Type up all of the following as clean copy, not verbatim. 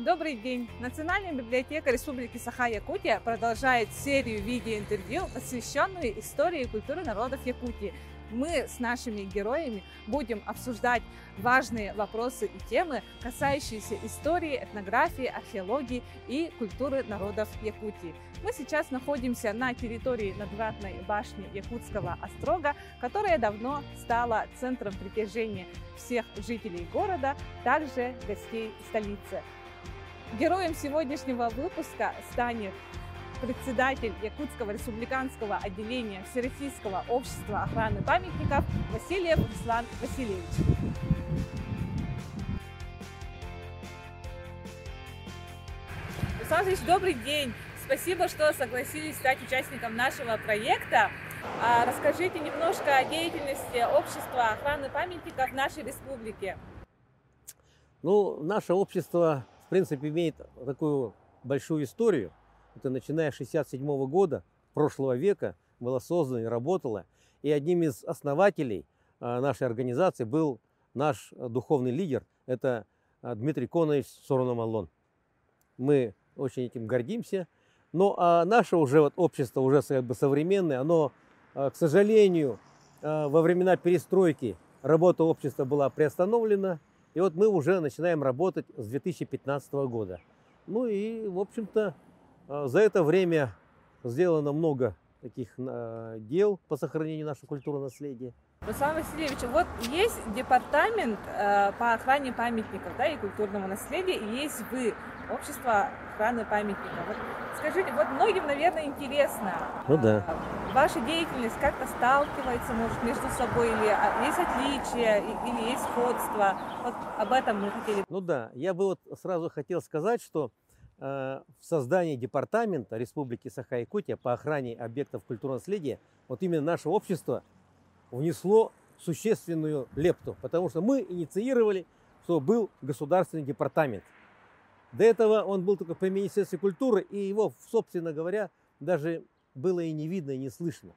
Добрый день! Национальная библиотека Республики Саха-Якутия продолжает серию видеоинтервью, посвященную истории и культуре народов Якутии. Мы с нашими героями будем обсуждать важные вопросы и темы, касающиеся истории, этнографии, археологии и культуры народов Якутии. Мы сейчас находимся на территории надвратной башни Якутского острога, которая давно стала центром притяжения всех жителей города, также гостей столицы. Героем сегодняшнего выпуска станет председатель Якутского республиканского отделения Всероссийского общества охраны памятников Васильев Руслан Васильевич. Руслан Васильевич, добрый день! Спасибо, что согласились стать участником нашего проекта. Расскажите немножко о деятельности общества охраны памятников в нашей республике. Ну, наше общество, в принципе, имеет такую большую историю. Это начиная с 1967 года, прошлого века, было создано и работало. И одним из основателей нашей организации был наш духовный лидер, это Дмитрий Конович Сорунамалон. Мы очень этим гордимся. Но наше уже общество, уже как бы современное, оно, к сожалению, во времена перестройки работа общества была приостановлена. И вот мы уже начинаем работать с 2015 года. Ну и, в общем-то, за это время сделано много таких дел по сохранению нашего культурного наследия. Руслан Васильевич, вот есть департамент по охране памятников, да, и культурного наследия, и есть вы, общество охраны памятников. Вот скажите, вот многим, наверное, интересно, ваша деятельность как-то сталкивается, может, между собой, или есть отличия, или есть сходство? Вот об этом мы хотели. Ну да, я бы вот сразу хотел сказать, что в создании департамента Республики Саха-Якутия по охране объектов культурного наследия вот именно наше общество внесло существенную лепту, потому что мы инициировали, что был государственный департамент. До этого он был только при Министерстве культуры, и его, собственно говоря, даже было и не видно, и не слышно.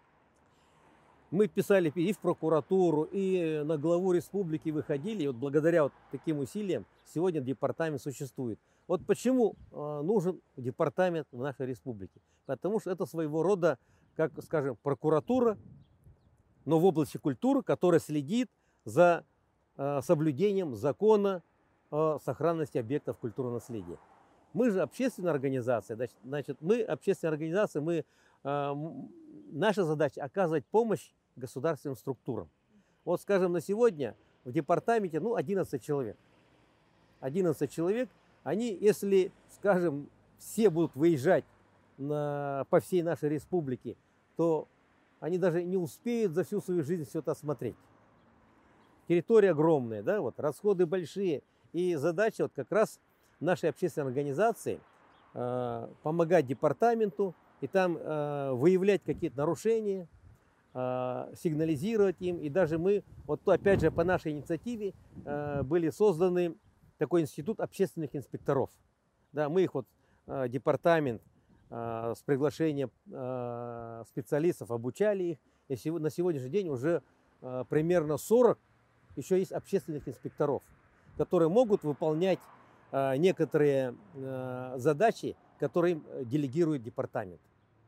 Мы писали и в прокуратуру, и на главу республики выходили, и вот благодаря вот таким усилиям сегодня департамент существует. Вот почему нужен департамент в нашей республике? Потому что это своего рода, как, скажем, прокуратура, но в области культуры, которая следит за соблюдением закона о сохранности объектов культурного наследия. Мы же общественная организация, значит, мы общественная организация, наша задача оказывать помощь государственным структурам. Вот, скажем, на сегодня в департаменте 11 человек. 11 человек, они, если, скажем, все будут выезжать по всей нашей республике, то они даже не успеют за всю свою жизнь все это осмотреть. Территория огромная, да, вот, расходы большие. И задача вот как раз нашей общественной организации помогать департаменту и там выявлять какие-то нарушения, сигнализировать им. И даже мы, вот опять же по нашей инициативе, были созданы такой институт общественных инспекторов. Да, мы их вот департамент с приглашением специалистов обучали их. И на сегодняшний день уже примерно 40 еще есть общественных инспекторов, которые могут выполнять некоторые задачи, которые им делегирует департамент.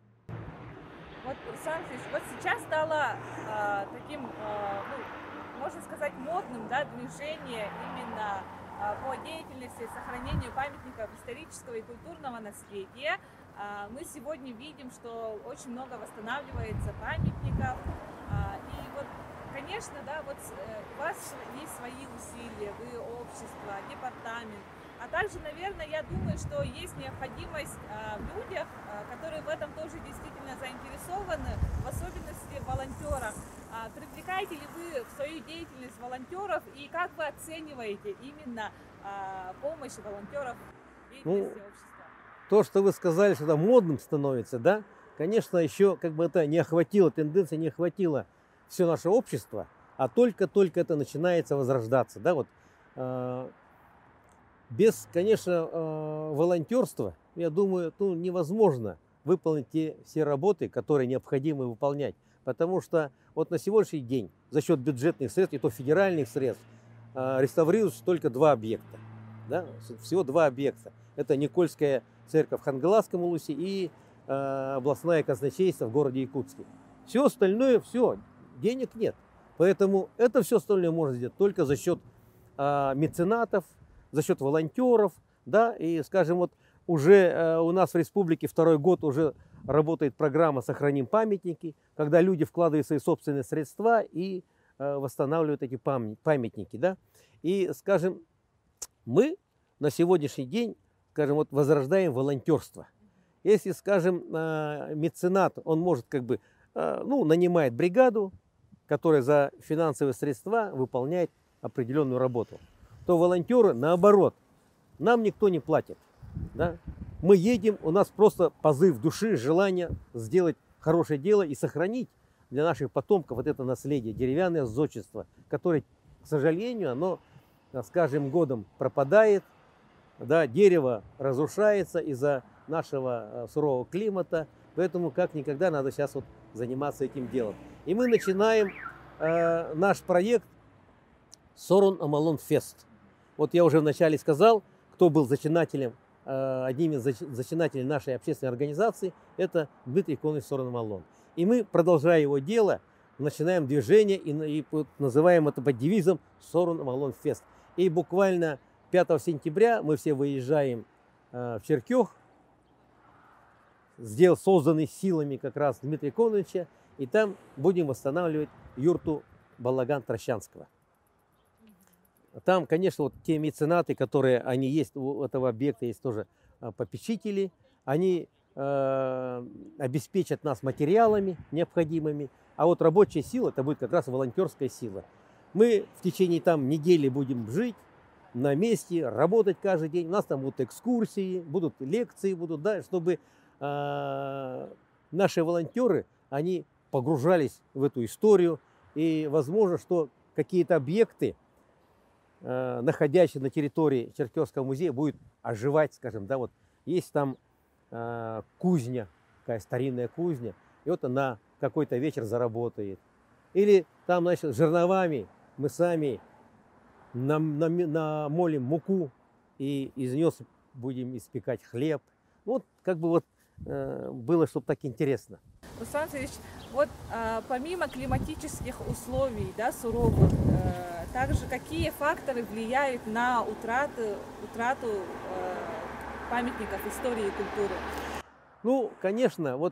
Вот, Руслан Васильевич, вот сейчас стало таким, можно сказать, модным, да, движение именно по деятельности сохранению памятников исторического и культурного наследия. Мы сегодня видим, что очень много восстанавливается памятников. И вот, конечно, да, вот у вас есть свои усилия, вы общество, департамент. А также, наверное, я думаю, что есть необходимость в людях, которые в этом тоже действительно заинтересованы, в особенности волонтерах. Привлекаете ли вы в свою деятельность волонтеров и как вы оцениваете именно помощь волонтеров в деятельности общества? То, что вы сказали, что это модным становится, да, конечно, еще как бы это не охватило, тенденция не охватила все наше общество, а только-только это начинается возрождаться, да, вот. Без, конечно, волонтерства, я думаю, невозможно выполнить те все работы, которые необходимо выполнять. Потому что вот на сегодняшний день за счет бюджетных средств, и то федеральных средств, реставрируются только 2 объекта. Да? Всего два объекта. Это Никольская церковь в Хангаласском улусе и областное казначейство в городе Якутске. Все остальное, все, денег нет. Поэтому это все остальное можно сделать только за счет меценатов, за счет волонтеров. Да? И, скажем, вот уже у нас в республике второй год уже работает программа «Сохраним памятники», когда люди вкладывают свои собственные средства и восстанавливают эти памятники. Да? И, скажем, мы на сегодняшний день, скажем, вот возрождаем волонтерство. Если, скажем, меценат, он может как бы, нанимает бригаду, которая за финансовые средства выполняет определенную работу, то волонтеры, наоборот, нам никто не платит. Да? Мы едем, у нас просто позыв души, желание сделать хорошее дело и сохранить для наших потомков вот это наследие, деревянное зодчество, которое, к сожалению, оно с каждым годом пропадает, да, дерево разрушается из-за нашего сурового климата, поэтому как никогда надо сейчас вот заниматься этим делом. И мы начинаем наш проект Сорон Амалон Фест. Вот я уже вначале сказал, кто был зачинателем, одним из зачинателей нашей общественной организации, это Дмитрий Конович Сорон Амалон. И мы, продолжая его дело, начинаем движение и называем это под девизом Сорон Амалон Фест. И буквально 5 сентября мы все выезжаем в Черкех, созданный силами как раз Дмитрия Коновича, и там будем восстанавливать юрту Балаган-Трощанского. Там, конечно, вот те меценаты, которые они есть, у этого объекта есть тоже попечители, они обеспечат нас материалами необходимыми, а вот рабочая сила, это будет как раз волонтерская сила. Мы в течение там недели будем жить на месте, работать каждый день. У нас там будут экскурсии, будут лекции, да, чтобы наши волонтеры, они погружались в эту историю. И возможно, что какие-то объекты, находящиеся на территории Черкесского музея, будут оживать, скажем, да, вот есть там кузня, такая старинная кузня, и вот она какой-то вечер заработает. Или там, значит, жерновами мы сами намолим муку и из нее будем испекать хлеб. Вот как бы вот было, чтобы так интересно. Руслан Васильевич, вот помимо климатических условий, да, суровых, также какие факторы влияют на утрату памятников истории и культуры? Ну, конечно, вот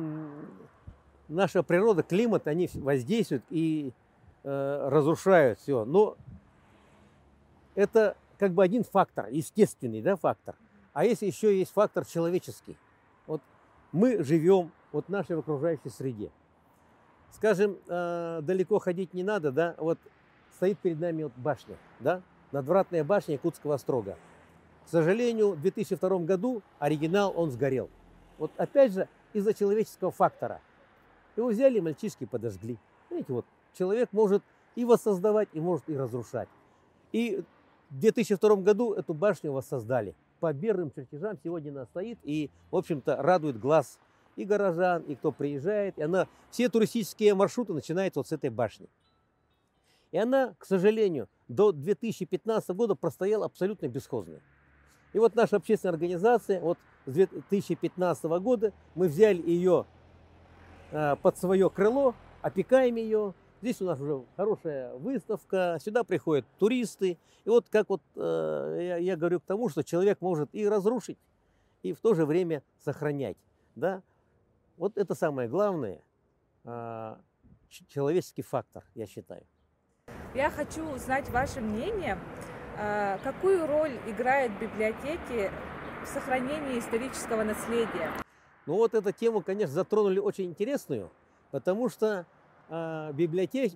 наша природа, климат, они воздействуют и разрушают все. Но это как бы один фактор, естественный, да, фактор. А если еще есть фактор человеческий. Вот мы живем вот в нашей окружающей среде. Скажем, далеко ходить не надо, да, вот стоит перед нами вот башня, да, надвратная башня Якутского острога. К сожалению, в 2002 году оригинал, он сгорел. Вот опять же из-за человеческого фактора. Его взяли, мальчишки подожгли. Видите, вот человек может и воссоздавать, и может и разрушать. И в 2002 году эту башню воссоздали. По берным чертежам сегодня она стоит и, в общем-то, радует глаз и горожан, и кто приезжает. И она, все туристические маршруты начинаются вот с этой башни. И она, к сожалению, до 2015 года простояла абсолютно бесхозной. И вот наша общественная организация, вот с 2015 года мы взяли ее под свое крыло, опекаем ее. Здесь у нас уже хорошая выставка, сюда приходят туристы. И вот как вот я говорю к тому, что человек может и разрушить, и в то же время сохранять. Да? Вот это самое главное, человеческий фактор, я считаю. Я хочу узнать ваше мнение, какую роль играют библиотеки в сохранении исторического наследия? Ну вот эту тему, конечно, затронули очень интересную, потому что библиотеки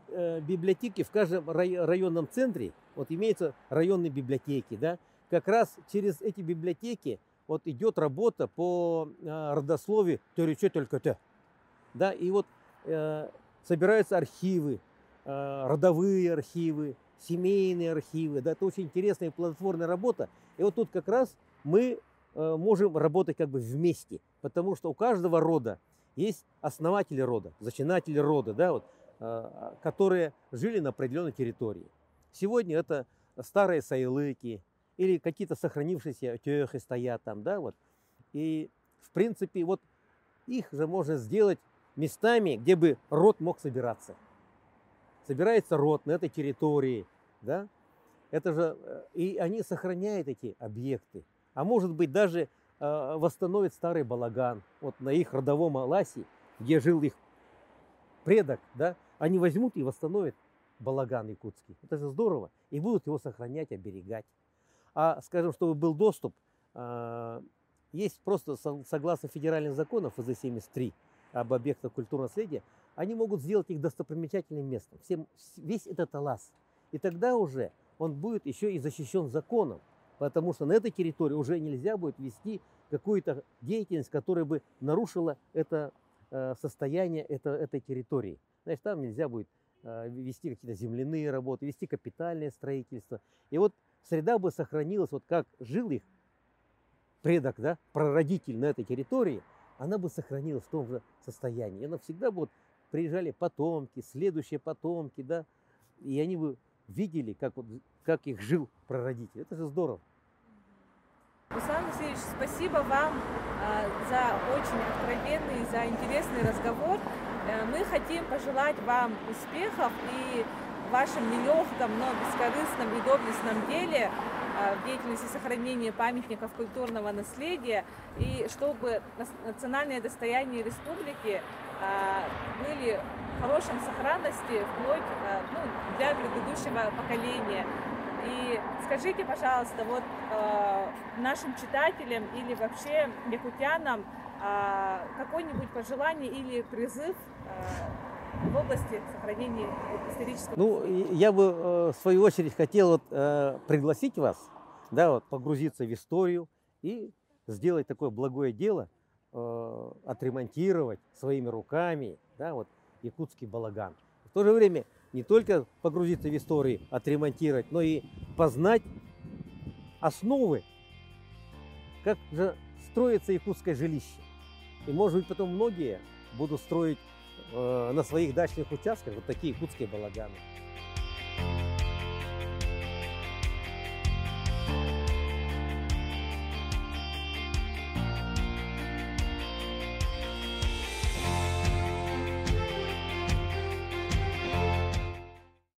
в каждом районном центре, вот имеются районные библиотеки, да, как раз через эти библиотеки вот идет работа по родословию Төрюче Төлкөтө, да, и вот собираются архивы, родовые архивы, семейные архивы, да, это очень интересная и плодотворная работа, и вот тут как раз мы можем работать как бы вместе, потому что у каждого рода есть основатели рода, зачинатели рода, да, вот, которые жили на определенной территории. Сегодня это старые сайлыки, или какие-то сохранившиеся тёхи стоят там, да, вот. И, в принципе, вот их же можно сделать местами, где бы род мог собираться. Собирается род на этой территории, да, это же, и они сохраняют эти объекты. А может быть, даже восстановят старый балаган, вот на их родовом Аласе, где жил их предок, да, они возьмут и восстановят балаган якутский. Это же здорово. И будут его сохранять, оберегать. А, скажем, чтобы был доступ, есть просто, согласно федеральным законам ФЗ-73 об объектах культурного наследия, они могут сделать их достопримечательным местом. Весь этот Алас. И тогда уже он будет еще и защищен законом. Потому что на этой территории уже нельзя будет вести какую-то деятельность, которая бы нарушила это состояние этой территории. Значит, там нельзя будет вести какие-то земляные работы, вести капитальное строительство. И вот среда бы сохранилась, вот как жил их предок, да, прародитель на этой территории, она бы сохранилась в том же состоянии. И она всегда бы, вот, приезжали потомки, следующие потомки, да, и они бы видели, как их жил прародитель. Это же здорово. Руслан Васильевич, спасибо вам за очень откровенный, за интересный разговор. Мы хотим пожелать вам успехов и в вашем нелегком, но бескорыстном и доблестном деле в деятельности сохранения памятников культурного наследия, и чтобы национальные достояния республики были в хорошем сохранности вплоть для предыдущего поколения. И скажите, пожалуйста, вот нашим читателям или вообще якутянам какое-нибудь пожелание или призыв в области сохранения исторического наследия? Я бы, в свою очередь, хотел вот, пригласить вас, да, вот, погрузиться в историю и сделать такое благое дело, отремонтировать своими руками, да, вот, якутский балаган. В то же время не только погрузиться в историю, отремонтировать, но и познать основы, как же строится якутское жилище. И, может быть, потом многие будут строить на своих дачных участках вот такие якутские балаганы.